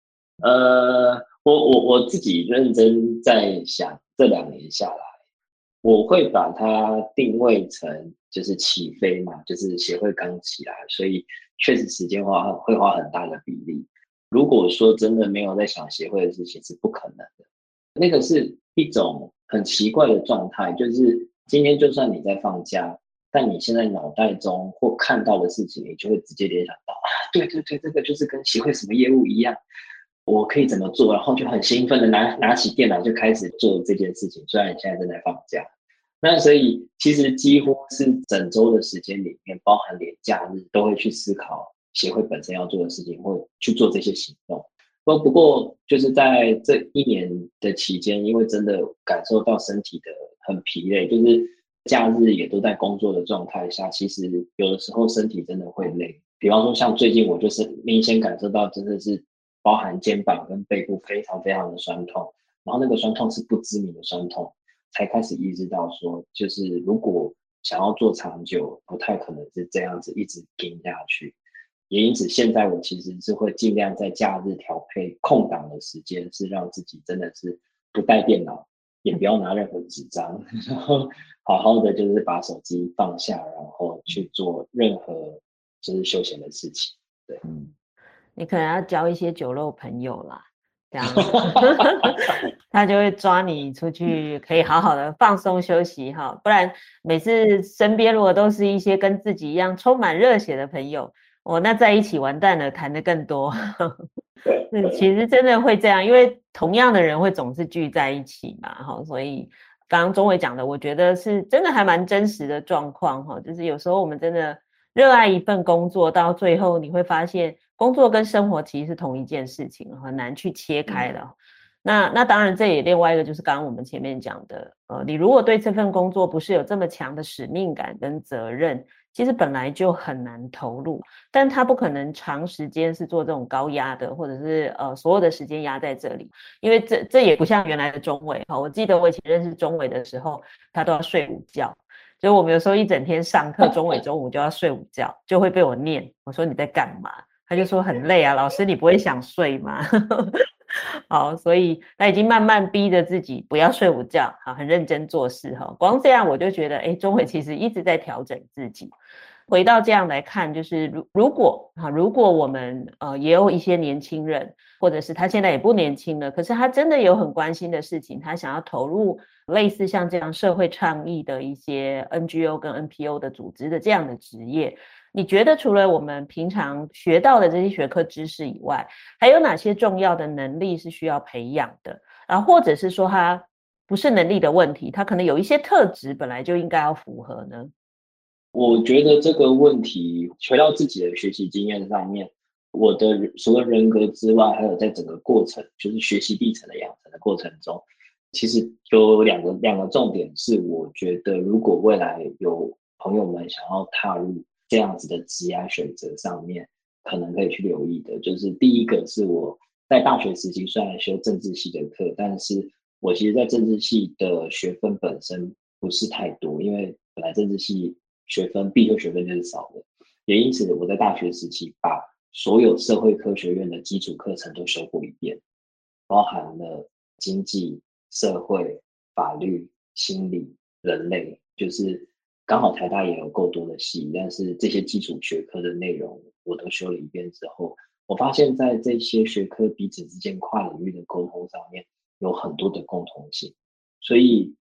我自己认真在想，这2年下来，我会把它定位成就是起飞嘛，就是协会刚起来，所以确实时间会花很大的比例。如果说真的没有在想协会的事情，是不可能的。那个是一种很奇怪的状态，就是今天就算你在放假，但你现在脑袋中或看到的事情，你就会直接联想到啊，对对对，这个就是跟协会什么业务一样。我可以怎么做，然后就很兴奋的拿起电脑就开始做这件事情，虽然你现在正在放假。那所以其实几乎是整周的时间里面，包含连假日，都会去思考协会本身要做的事情，或去做这些行动。不过就是在这1年的期间，因为真的感受到身体的很疲累，就是假日也都在工作的状态下，其实有的时候身体真的会累。比方说像最近我就是明显感受到真的是包含肩膀跟背部非常非常的酸痛，然后那个酸痛是不知名的酸痛，才开始意识到说，就是如果想要做长久，不太可能是这样子一直盯下去。也因此，现在我其实是会尽量在假日调配空档的时间，是让自己真的是不带电脑，也不要拿任何纸张，然后好好的就是把手机放下，然后去做任何就是休闲的事情。对， 你可能要交一些酒肉朋友啦，这样他就会抓你出去，可以好好的放松休息哈。不然每次身边如果都是一些跟自己一样充满热血的朋友，那在一起完蛋了，谈得更多。其实真的会这样，因为同样的人会总是聚在一起嘛，所以刚刚宗纬讲的，我觉得是真的还蛮真实的状况，就是有时候我们真的热爱一份工作，到最后你会发现工作跟生活其实是同一件事情，很难去切开的。那当然这也另外一个就是刚刚我们前面讲的，你如果对这份工作不是有这么强的使命感跟责任，其实本来就很难投入，但他不可能长时间是做这种高压的，或者是所有的时间压在这里，因为这也不像原来的宗纬。我记得我以前认识宗纬的时候，他都要睡午觉，所以我们有时候一整天上课，宗纬中午就要睡午觉，就会被我念，我说你在干嘛？他就说很累啊，老师你不会想睡吗？好，所以他已经慢慢逼着自己不要睡午觉，好，很认真做事哈。光这样我就觉得，宗纬其实一直在调整自己。回到这样来看，就是如果我们也有一些年轻人，或者是他现在也不年轻了，可是他真的有很关心的事情，他想要投入类似像这样社会倡议的一些 NGO 跟 NPO 的组织的这样的职业，你觉得除了我们平常学到的这些学科知识以外，还有哪些重要的能力是需要培养的？或者是说他不是能力的问题，他可能有一些特质本来就应该要符合呢？ 我觉得这个问题回到自己的学习经验上面，我的除了人格之外，还有在整个过程，就是学习历程的养成的过程中，其实有两个重点是，我觉得如果未来有朋友们想要踏入这样子的职业选择上面，可能可以去留意的，就是第一个是我在大学时期虽然修政治系的课，但是我其实在政治系的学分本身不是太多，因为本来政治系学分必修学分就是少的，也因此我在大学时期把所有社会科学院的基础课程都修过一遍，包含了经济、社会、法律、心理、人类，就是刚好台大也有够多的系，但是这些基础学科的内容我都修了一遍之后，我发现在这些学科彼此之间跨领域的沟通上面有很多的共同性，所以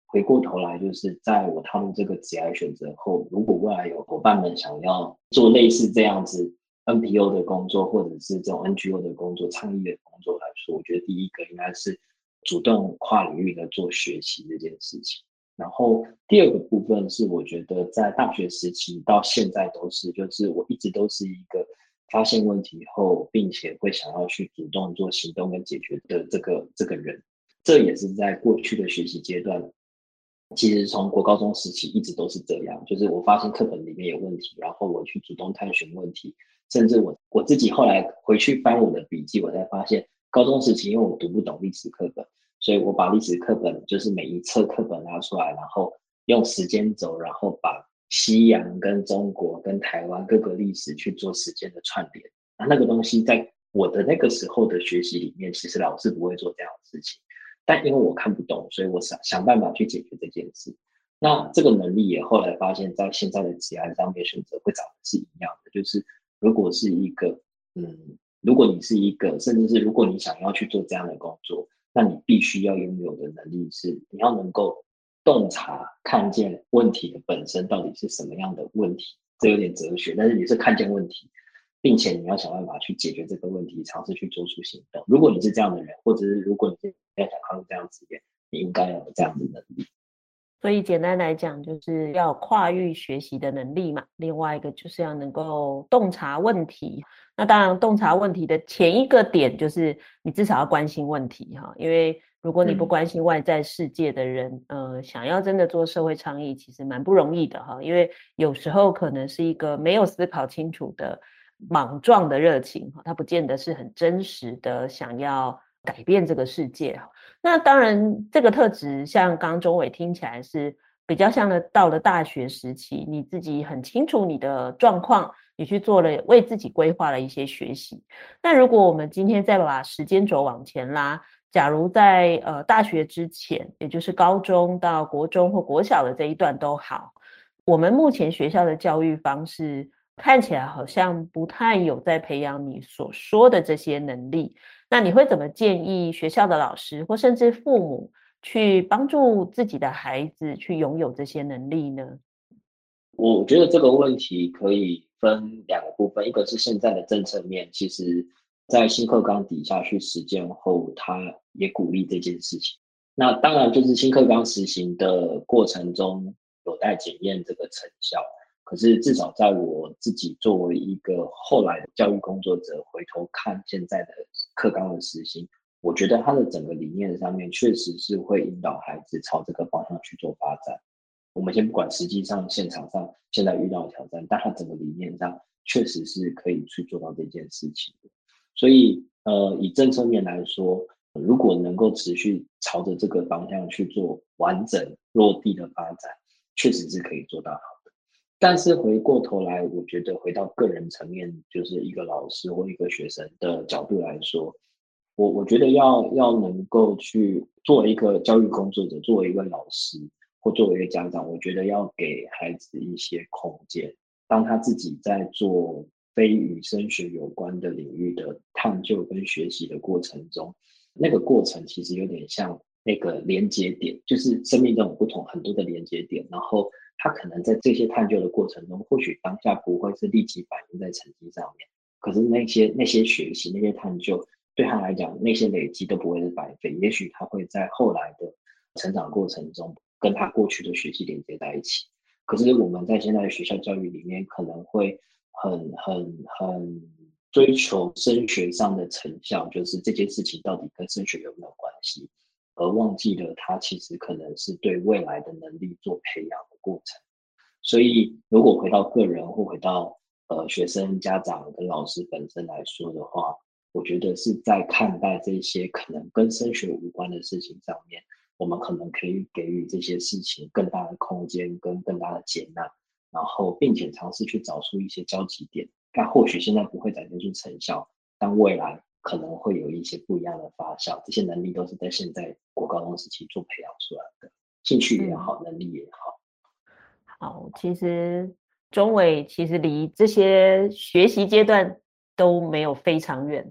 回过头来，就是在我踏入这个职业选择后，如果未来有伙伴们想要做类似这样子 NPO 的工作，或者是这种 NGO 的工作、倡议的工作来说，我觉得第一个应该是主动跨领域的做学习这件事情。然后第二个部分是，我觉得在大学时期到现在都是，就是我一直都是一个发现问题后，并且会想要去主动做行动跟解决的这个人。这也是在过去的学习阶段，其实从国高中时期一直都是这样，就是我发现课本里面有问题，然后我去主动探寻问题，甚至我自己后来回去翻我的笔记，我才发现高中时期因为我读不懂历史课本，所以我把历史课本就是每一册课本拿出来，然后用时间轴，然后把西洋跟中国跟台湾各个历史去做时间的串联。那个东西在我的那个时候的学习里面，其实老师不会做这样的事情，但因为我看不懂，所以我想办法去解决这件事。那这个能力也后来发现，在现在的职业上面选择会长得是一样的，就是如果是一个如果你是一个，甚至是如果你想要去做这样的工作，那你必须要拥有的能力是，你要能够洞察看见问题的本身到底是什么样的问题，这有点哲学，但是你是看见问题，并且你要想办法去解决这个问题，尝试去做出行动。如果你是这样的人，或者是如果你是想考入这样职业，你应该要有这样的能力。 所以简单来讲，就是要跨域学习的能力嘛。另外一个就是要能够洞察问题。那当然，洞察问题的前一个点就是你至少要关心问题哈。因为如果你不关心外在世界的人，想要真的做社会倡议，其实蛮不容易的哈。因为有时候可能是一个没有思考清楚的莽撞的热情，它不见得是很真实的想要改变这个世界。那当然这个特质像刚刚钟伟听起来是比较像到了大学时期，你自己很清楚你的状况，你去做了为自己规划了一些学习。那如果我们今天再把时间轴往前拉，假如在大学之前，也就是高中到国中或国小的这一段都好，我们目前学校的教育方式看起来好像不太有在培养你所说的这些能力。那你会怎么建议学校的老师或甚至父母去帮助自己的孩子去拥有这些能力呢？ 我觉得这个问题可以分两个部分，一个是现在的政策面，其实在新课纲底下去实践后，他也鼓励这件事情。那当然就是新课纲实行的过程中有待检验这个成效，可是至少在我自己作为一个后来的教育工作者回头看现在的课纲的实行，我觉得它的整个理念上面确实是会引导孩子朝这个方向去做发展。我们先不管实际上现场上现在遇到的挑战，但它整个理念上确实是可以去做到这件事情的。所以以政策面来说，如果能够持续朝着这个方向去做完整落地的发展，确实是可以做到好的。但是回过头来，我觉得回到个人层面，就是一个老师或一个学生的角度来说，我觉得要能够去作为一个教育工作者，作为一个老师或作为一个家长，我觉得要给孩子一些空间，当他自己在做非与升学有关的领域的探究跟学习的过程中，那个过程其实有点像那个连接点，就是生命中有不同很多的连接点，然后他可能在这些探究的过程中，或许当下不会是立即反映在成绩上面，可是那些学习那些探究对他来讲，那些累积都不会是白费，也许他会在后来的成长过程中跟他过去的学习连接在一起。可是我们在现在的学校教育里面，可能会很追求升学上的成效，就是这件事情到底跟升学有没有关系，而忘记了它其实可能是对未来的能力做培养的过程。所以如果回到个人或回到学生、家长跟老师本身来说的话，我觉得是在看待这些可能跟升学无关的事情上面，我们可能可以给予这些事情更大的空间跟更大的接纳，然后并且尝试去找出一些交集点。但或许现在不会展现出成效，但未来可能会有一些不一样的发酵。这些能力都是在现在国高中时期做培养出来的，兴趣也好，能力也好。 好，其实钟伟其实离这些学习阶段都没有非常远。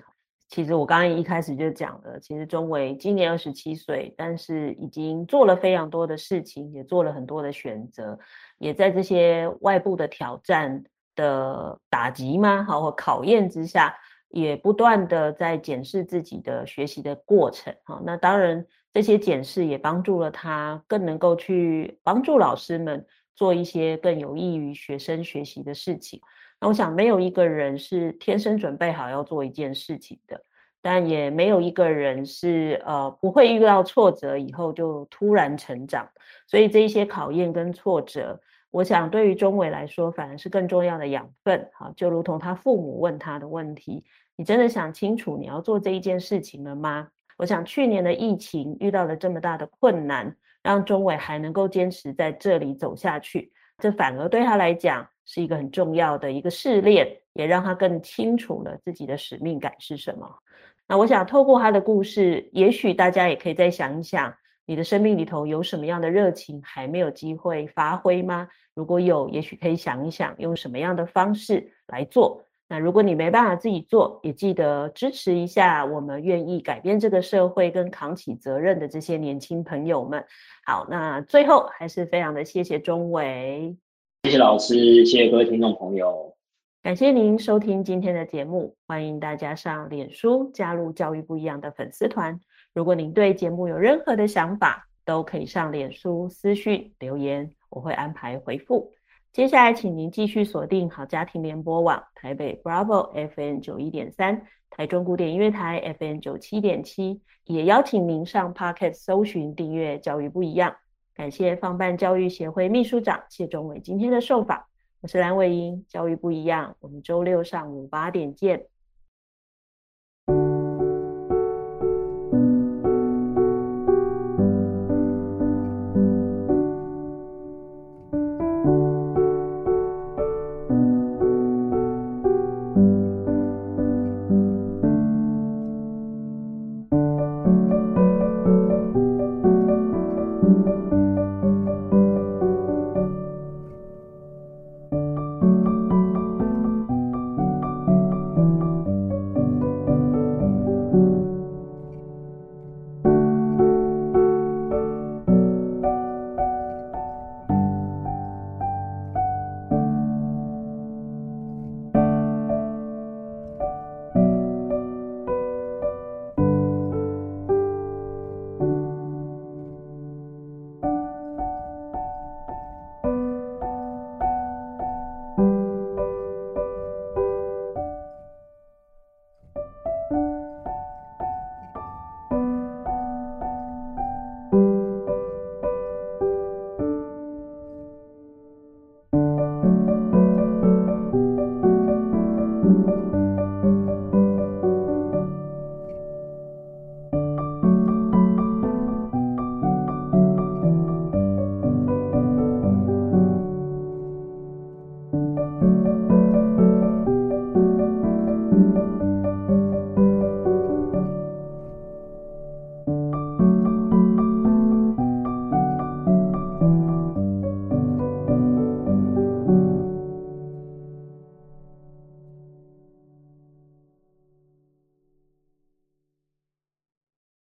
其实我刚刚一开始就讲了，其实钟伟今年27岁，但是已经做了非常多的事情，也做了很多的选择，也在这些外部的挑战的打击吗？好，或考验之下，也不断的在检视自己的学习的过程。好，那当然这些检视也帮助了他更能够去帮助老师们做一些更有益于学生学习的事情。那我想没有一个人是天生准备好要做一件事情的，但也没有一个人是不会遇到挫折以后就突然成长。所以这一些考验跟挫折，我想对于钟伟来说反而是更重要的养分。好，就如同他父母问他的问题，你真的想清楚你要做这一件事情了吗？我想去年的疫情遇到了这么大的困难，让钟伟还能够坚持在这里走下去，这反而对他来讲是一个很重要的一个试炼，也让他更清楚了自己的使命感是什么。那我想透过他的故事，也许大家也可以再想一想，你的生命里头有什么样的热情还没有机会发挥吗？如果有，也许可以想一想用什么样的方式来做。那如果你没办法自己做，也记得支持一下我们愿意改变这个社会跟扛起责任的这些年轻朋友们。好，那最后还是非常的谢谢钟伟， 谢谢老师，谢谢各位听众朋友。 感谢您收听今天的节目，欢迎大家上脸书加入教育不一样的粉丝团。如果您对节目有任何的想法，都可以上脸书私讯留言，我会安排回复。接下来请您继续锁定好家庭联播网台北 Bravo FM 91.3，台中古典音乐台 FM 97.7，也邀请您上 Podcast 搜寻订阅教育不一样。感谢放办教育协会秘书长谢钟伟今天的受访，我是蓝伟莹，教育不一样，我们周六上午8点见。